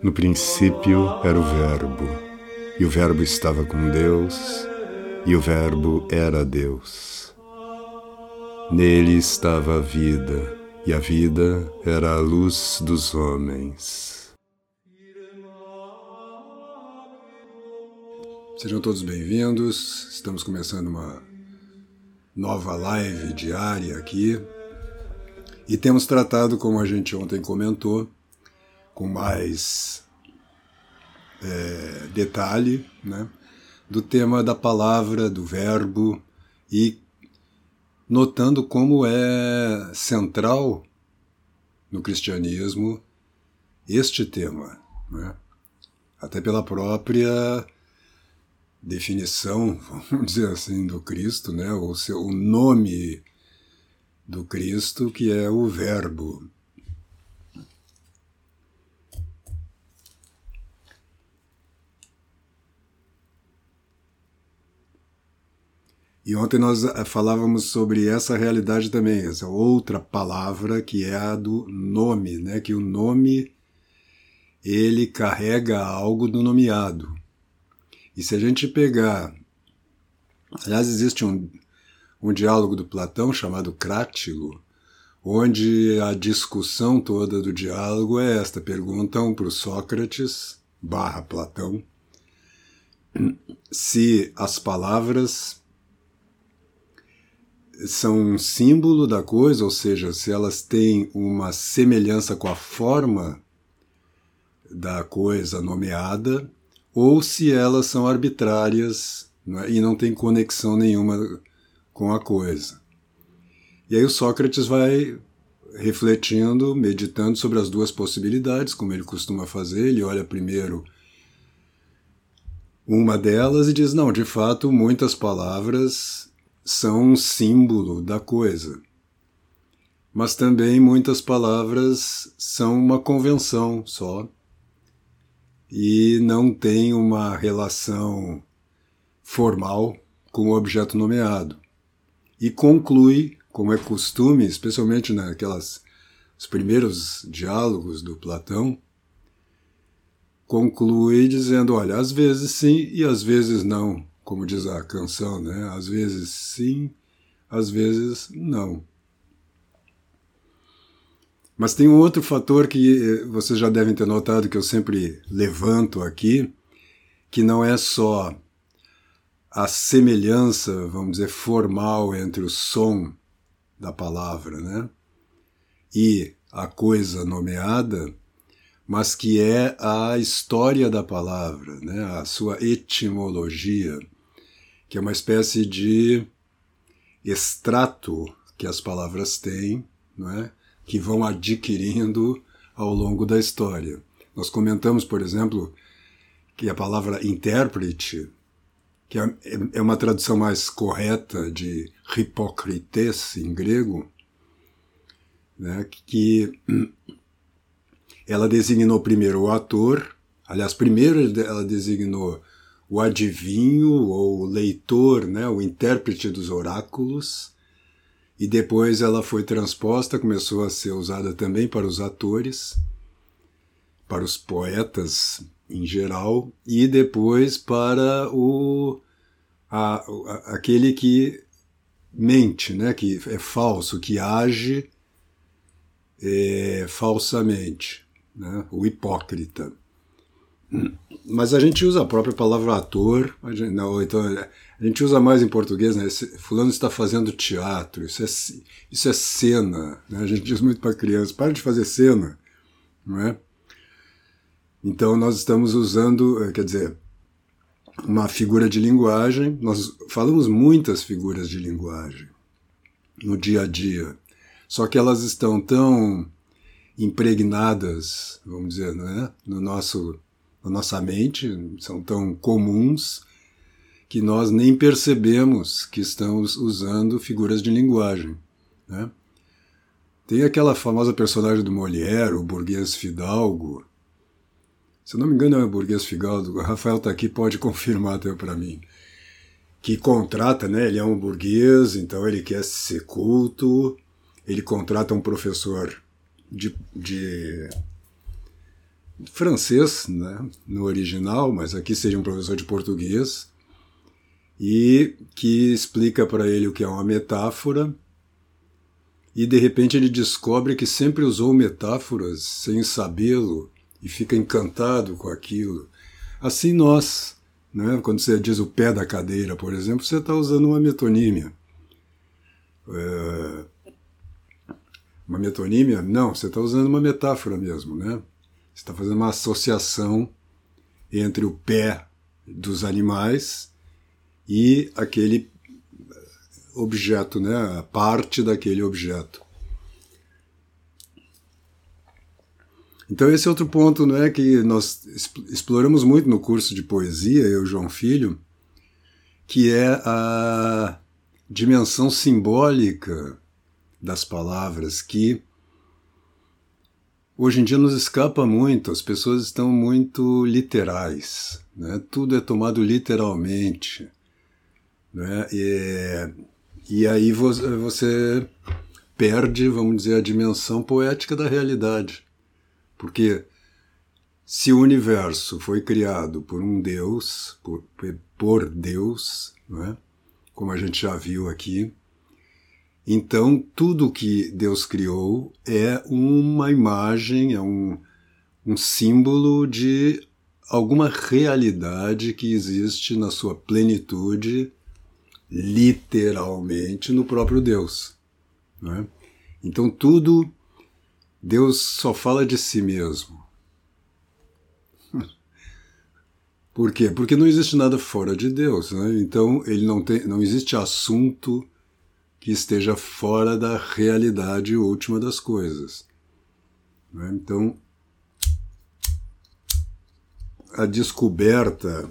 No princípio era o Verbo, e o Verbo estava com Deus, e o Verbo era Deus. Nele estava a vida, e a vida era a luz dos homens. Sejam todos bem-vindos, estamos começando uma nova live diária aqui, e temos tratado, como a gente ontem comentou, com mais detalhe, né, do tema da palavra, do verbo, e notando como é central no cristianismo este tema, né, até pela própria definição, vamos dizer assim, do Cristo, né, o nome do Cristo, que é o Verbo. E ontem nós falávamos sobre essa realidade também, essa outra palavra que é a do nome, né? Que o nome, ele carrega algo do nomeado. E se a gente pegar... Aliás, existe um diálogo do Platão chamado Crátilo, onde a discussão toda do diálogo é esta. Perguntam para o Sócrates, / Platão, se as palavras são um símbolo da coisa, ou seja, se elas têm uma semelhança com a forma da coisa nomeada, ou se elas são arbitrárias, né, e não têm conexão nenhuma com a coisa. E aí o Sócrates vai refletindo, meditando sobre as duas possibilidades, como ele costuma fazer. Ele olha primeiro uma delas e diz, não, de fato, muitas palavras são um símbolo da coisa. Mas também muitas palavras são uma convenção só e não tem uma relação formal com o objeto nomeado. E conclui, como é costume, especialmente os primeiros diálogos do Platão, conclui dizendo, olha, às vezes sim e às vezes não. Como diz a canção, né? Às vezes sim, às vezes não. Mas tem um outro fator que vocês já devem ter notado, que eu sempre levanto aqui, que não é só a semelhança, vamos dizer, formal entre o som da palavra, né, e a coisa nomeada, mas que é a história da palavra, né, a sua etimologia, que é uma espécie de extrato que as palavras têm, não é? Que vão adquirindo ao longo da história. Nós comentamos, por exemplo, que a palavra intérprete, que é uma tradução mais correta de hipokrites em grego, né? Que ela designou primeiro o ator, aliás, primeiro ela designou o adivinho ou o leitor, né, o intérprete dos oráculos, e depois ela foi transposta, começou a ser usada também para os atores, para os poetas em geral, e depois para aquele que mente, né, que é falso, que age falsamente, né, o hipócrita. Mas a gente usa a própria palavra ator, então a gente usa mais em português, né? Fulano está fazendo teatro, isso é cena, né? A gente diz muito para criança, para de fazer cena, não é? Então nós estamos usando, quer dizer, uma figura de linguagem, nós falamos muitas figuras de linguagem no dia a dia, só que elas estão tão impregnadas, vamos dizer, não é? na nossa mente, são tão comuns que nós nem percebemos que estamos usando figuras de linguagem, né? Tem aquela famosa personagem do Molière, o burguês fidalgo. Se eu não me engano é o burguês fidalgo, o Rafael está aqui, pode confirmar até para mim, que contrata, né? Ele é um burguês, então ele quer ser culto, ele contrata um professor de francês, né, no original, mas aqui seria um professor de português, e que explica para ele o que é uma metáfora, e de repente ele descobre que sempre usou metáforas sem sabê-lo e fica encantado com aquilo. Assim nós, né, quando você diz o pé da cadeira, por exemplo, você está usando uma metonímia. Uma metonímia? Não, você está usando uma metáfora mesmo, né? Você está fazendo uma associação entre o pé dos animais e aquele objeto, né? A parte daquele objeto. Então esse é outro ponto, né, que nós exploramos muito no curso de poesia, eu e João Filho, que é a dimensão simbólica das palavras, que hoje em dia nos escapa muito. As pessoas estão muito literais, né? Tudo é tomado literalmente, né? E aí você perde, vamos dizer, a dimensão poética da realidade. Porque se o universo foi criado por um Deus, por Deus, né? Como a gente já viu aqui, então tudo que Deus criou é uma imagem, é um símbolo de alguma realidade que existe na sua plenitude, literalmente, no próprio Deus, né? Então tudo, Deus só fala de si mesmo. Por quê? Porque não existe nada fora de Deus, né? Então ele não existe assunto que esteja fora da realidade última das coisas, né? Então a descoberta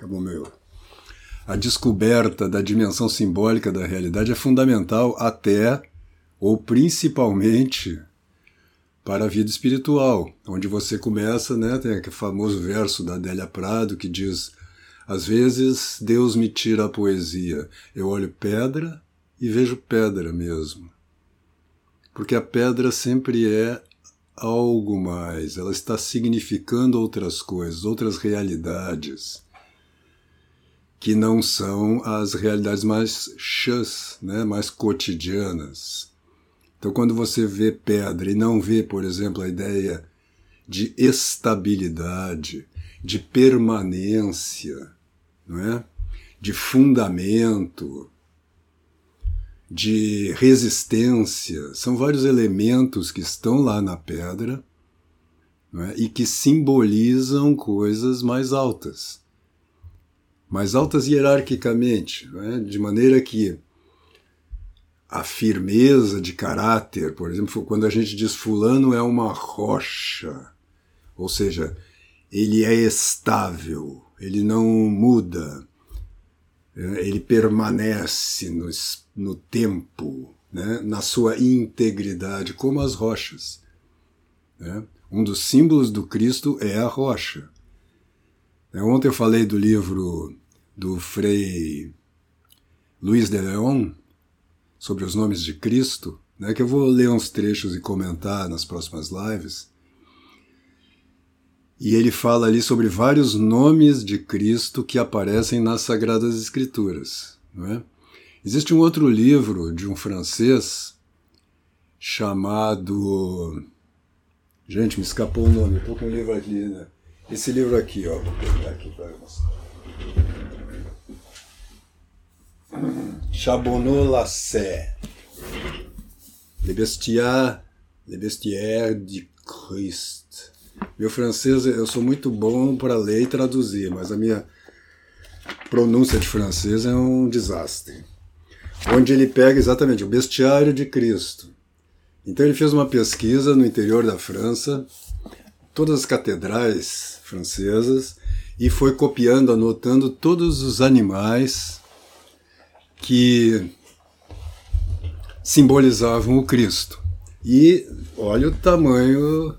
da dimensão simbólica da realidade é fundamental até, ou principalmente, para a vida espiritual, onde você começa, né, tem aquele famoso verso da Adélia Prado que diz: às vezes Deus me tira a poesia, eu olho pedra e vejo pedra mesmo. Porque a pedra sempre é algo mais, ela está significando outras coisas, outras realidades, que não são as realidades mais chãs, né, mais cotidianas. Então, quando você vê pedra e não vê, por exemplo, a ideia de estabilidade, de permanência, não é? De fundamento, de resistência, são vários elementos que estão lá na pedra, não é? E que simbolizam coisas mais altas hierarquicamente, não é? De maneira que a firmeza de caráter, por exemplo, quando a gente diz fulano é uma rocha, ou seja, ele é estável, ele não muda, ele permanece no tempo, né, na sua integridade, como as rochas, né? Um dos símbolos do Cristo é a rocha. Ontem eu falei do livro do Frei Luís de León, sobre os nomes de Cristo, né, que eu vou ler uns trechos e comentar nas próximas lives. E ele fala ali sobre vários nomes de Cristo que aparecem nas Sagradas Escrituras, não é? Existe um outro livro de um francês chamado... Gente, me escapou o nome, eu estou com um livro aqui, né? Esse livro aqui, ó, vou pegar aqui para mostrar. Charbonneau-Lasset, Le Bestiaire du Christ. Meu francês, eu sou muito bom para ler e traduzir, mas a minha pronúncia de francês é um desastre. Onde ele pega exatamente o Bestiário de Cristo. Então ele fez uma pesquisa no interior da França, todas as catedrais francesas, e foi copiando, anotando todos os animais que simbolizavam o Cristo. E olha o tamanho,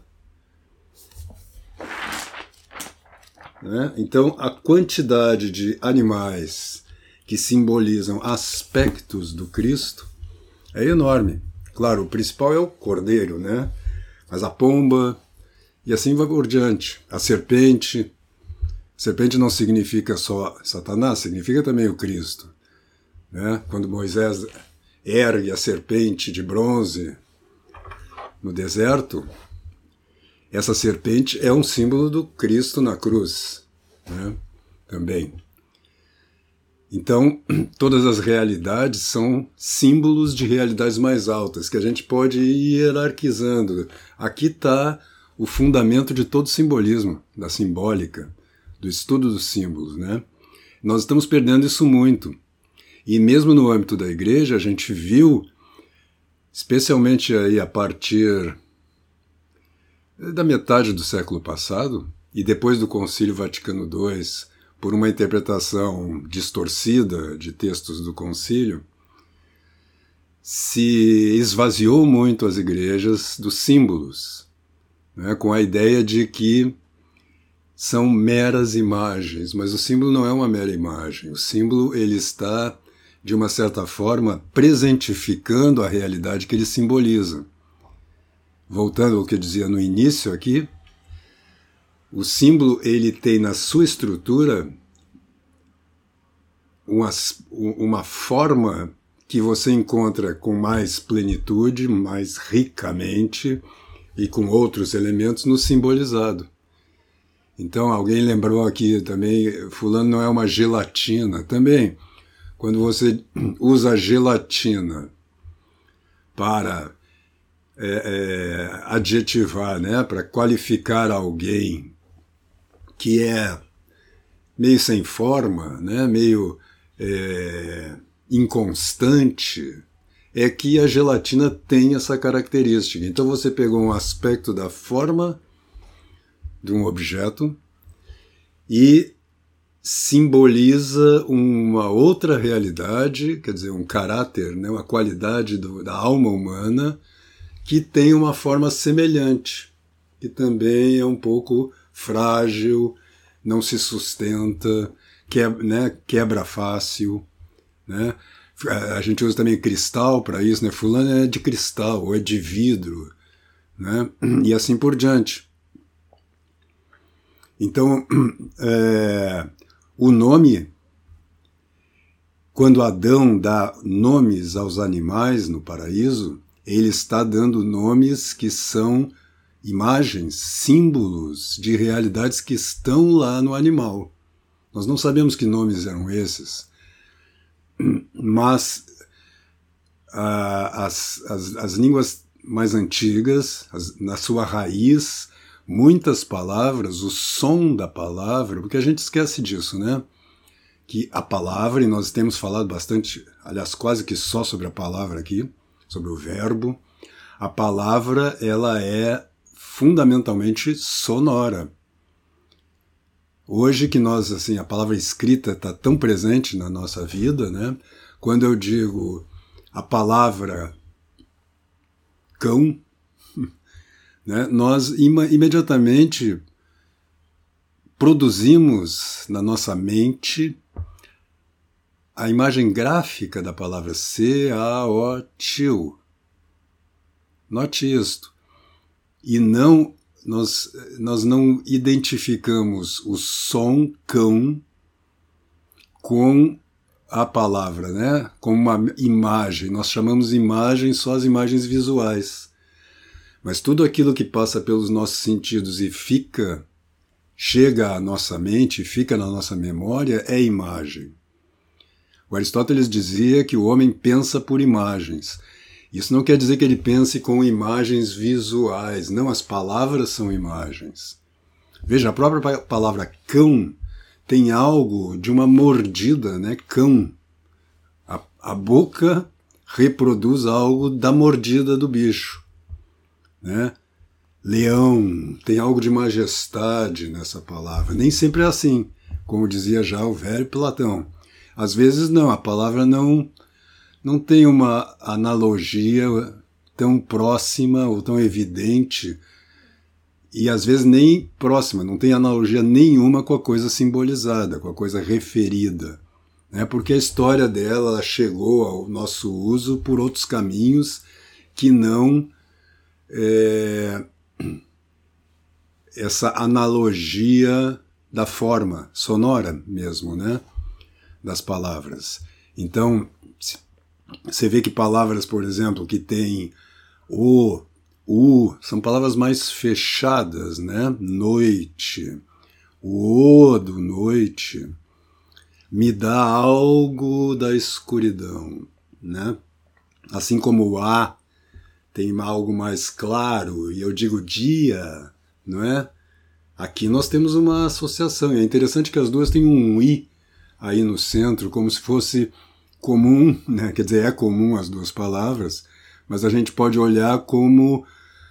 né? Então, a quantidade de animais que simbolizam aspectos do Cristo é enorme. Claro, o principal é o cordeiro, né? Mas a pomba E assim vai por diante. A serpente não significa só Satanás, significa também o Cristo. Né? Quando Moisés ergue a serpente de bronze no deserto, essa serpente é um símbolo do Cristo na cruz, né? Também. Então, todas as realidades são símbolos de realidades mais altas, que a gente pode ir hierarquizando. Aqui está o fundamento de todo simbolismo, da simbólica, do estudo dos símbolos, né? Nós estamos perdendo isso muito. E mesmo no âmbito da igreja, a gente viu, especialmente aí a partir da metade do século passado, e depois do Concílio Vaticano II, por uma interpretação distorcida de textos do concílio, se esvaziou muito as igrejas dos símbolos, né, com a ideia de que são meras imagens, mas o símbolo não é uma mera imagem. O símbolo ele está, de uma certa forma, presentificando a realidade que ele simboliza. Voltando ao que eu dizia no início aqui, o símbolo ele tem na sua estrutura uma forma que você encontra com mais plenitude, mais ricamente e com outros elementos no simbolizado. Então alguém lembrou aqui também, fulano não é uma gelatina. Também, quando você usa gelatina para adjetivar, né, para qualificar alguém que é meio sem forma, né, meio inconstante, é que a gelatina tem essa característica. Então você pegou um aspecto da forma de um objeto e simboliza uma outra realidade, quer dizer, um caráter, né, uma qualidade da alma humana que tem uma forma semelhante, que também é um pouco frágil, não se sustenta, quebra fácil, né? A gente usa também cristal para isso, né? Fulano é de cristal ou é de vidro, né? E assim por diante. Então, o nome, quando Adão dá nomes aos animais no paraíso, ele está dando nomes que são imagens, símbolos de realidades que estão lá no animal. Nós não sabemos que nomes eram esses, mas as línguas mais antigas, na sua raiz, muitas palavras, o som da palavra, porque a gente esquece disso, né? Que a palavra, e nós temos falado bastante, aliás, quase que só sobre a palavra aqui, sobre o verbo, a palavra, ela é fundamentalmente sonora. Hoje que nós, assim, a palavra escrita está tão presente na nossa vida, né? Quando eu digo a palavra cão, né, nós imediatamente produzimos na nossa mente a imagem gráfica da palavra C-A-O-T-U. Note isto. E não, nós não identificamos o som cão com a palavra, né? Como uma imagem. Nós chamamos imagem só as imagens visuais. Mas tudo aquilo que passa pelos nossos sentidos e chega à nossa mente, fica na nossa memória, é imagem. O Aristóteles dizia que o homem pensa por imagens. Isso não quer dizer que ele pense com imagens visuais. Não, as palavras são imagens. Veja, a própria palavra cão tem algo de uma mordida, né? Cão. A boca reproduz algo da mordida do bicho, né? Leão, tem algo de majestade nessa palavra. Nem sempre é assim, como dizia já o velho Platão. Às vezes não, a palavra não tem uma analogia tão próxima ou tão evidente, e às vezes nem próxima, não tem analogia nenhuma com a coisa simbolizada, com a coisa referida, né? Porque a história dela chegou ao nosso uso por outros caminhos que não essa analogia da forma sonora mesmo, né? Das palavras. Então, você vê que palavras, por exemplo, que tem o, são palavras mais fechadas, né? Noite, o do noite, me dá algo da escuridão, né? Assim como o a tem algo mais claro, e eu digo dia, não é? Aqui nós temos uma associação, e é interessante que as duas têm um i aí no centro, como se fosse comum, né? Quer dizer, é comum as duas palavras, mas a gente pode olhar como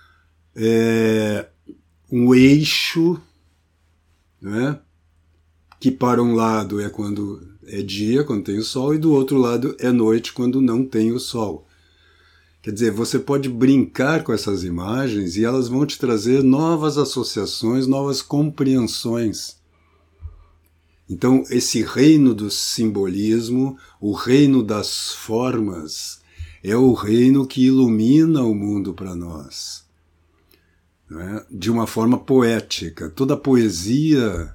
um eixo, né? Que para um lado é quando é dia, quando tem o sol, e do outro lado é noite, quando não tem o sol. Quer dizer, você pode brincar com essas imagens e elas vão te trazer novas associações, novas compreensões. Então, esse reino do simbolismo, o reino das formas, é o reino que ilumina o mundo para nós, né? De uma forma poética. Toda a poesia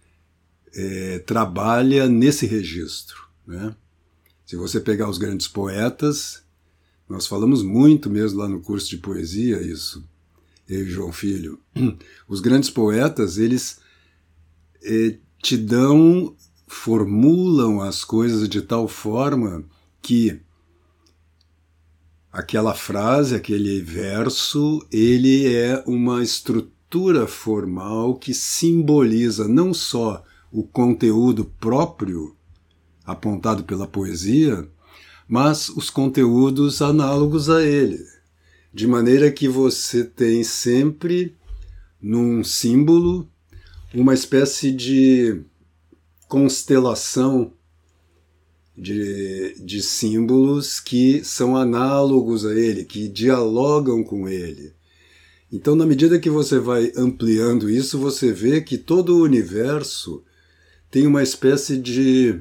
trabalha nesse registro, né? Se você pegar os grandes poetas, nós falamos muito mesmo lá no curso de poesia isso, eu e João Filho. Os grandes poetas, eles te dão, formulam as coisas de tal forma que aquela frase, aquele verso, ele é uma estrutura formal que simboliza não só o conteúdo próprio apontado pela poesia, mas os conteúdos análogos a ele, de maneira que você tem sempre, num símbolo, uma espécie de constelação de símbolos que são análogos a ele, que dialogam com ele. Então, na medida que você vai ampliando isso, você vê que todo o universo tem uma espécie de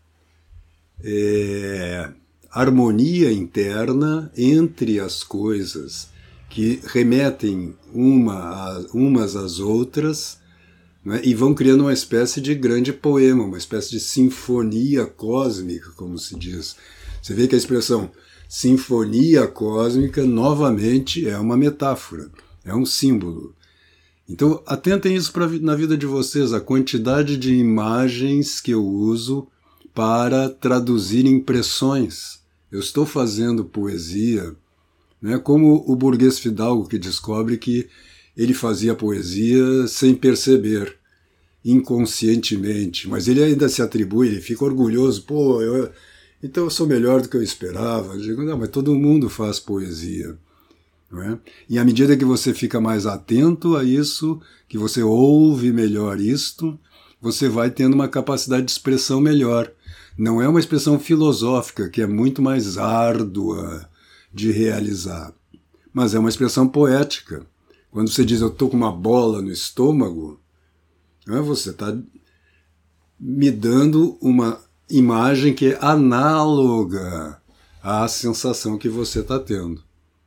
harmonia interna entre as coisas que remetem umas às outras, né, e vão criando uma espécie de grande poema, uma espécie de sinfonia cósmica, como se diz. Você vê que a expressão sinfonia cósmica, novamente, é uma metáfora, é um símbolo. Então, atentem isso na vida de vocês, a quantidade de imagens que eu uso para traduzir impressões. Eu estou fazendo poesia, né, como o burguês fidalgo que descobre que ele fazia poesia sem perceber, inconscientemente, mas ele ainda se atribui, ele fica orgulhoso, então eu sou melhor do que eu esperava. Eu digo, não, mas todo mundo faz poesia. Não é? E à medida que você fica mais atento a isso, que você ouve melhor isto, você vai tendo uma capacidade de expressão melhor. Não é uma expressão filosófica, que é muito mais árdua de realizar, mas é uma expressão poética. Quando você diz, eu estou com uma bola no estômago, você está me dando uma imagem que é análoga à sensação que você está tendo.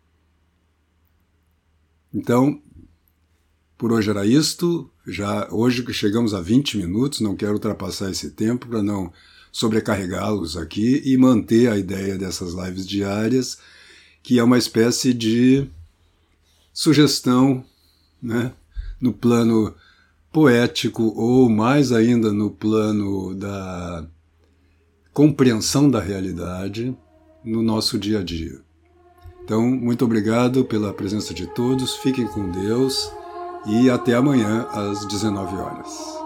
Então, por hoje era isto. Já hoje que chegamos a 20 minutos, não quero ultrapassar esse tempo para não sobrecarregá-los aqui e manter a ideia dessas lives diárias, que é uma espécie de sugestão, né, no plano poético ou mais ainda no plano da compreensão da realidade no nosso dia a dia. Então, muito obrigado pela presença de todos, fiquem com Deus e até amanhã às 19 horas.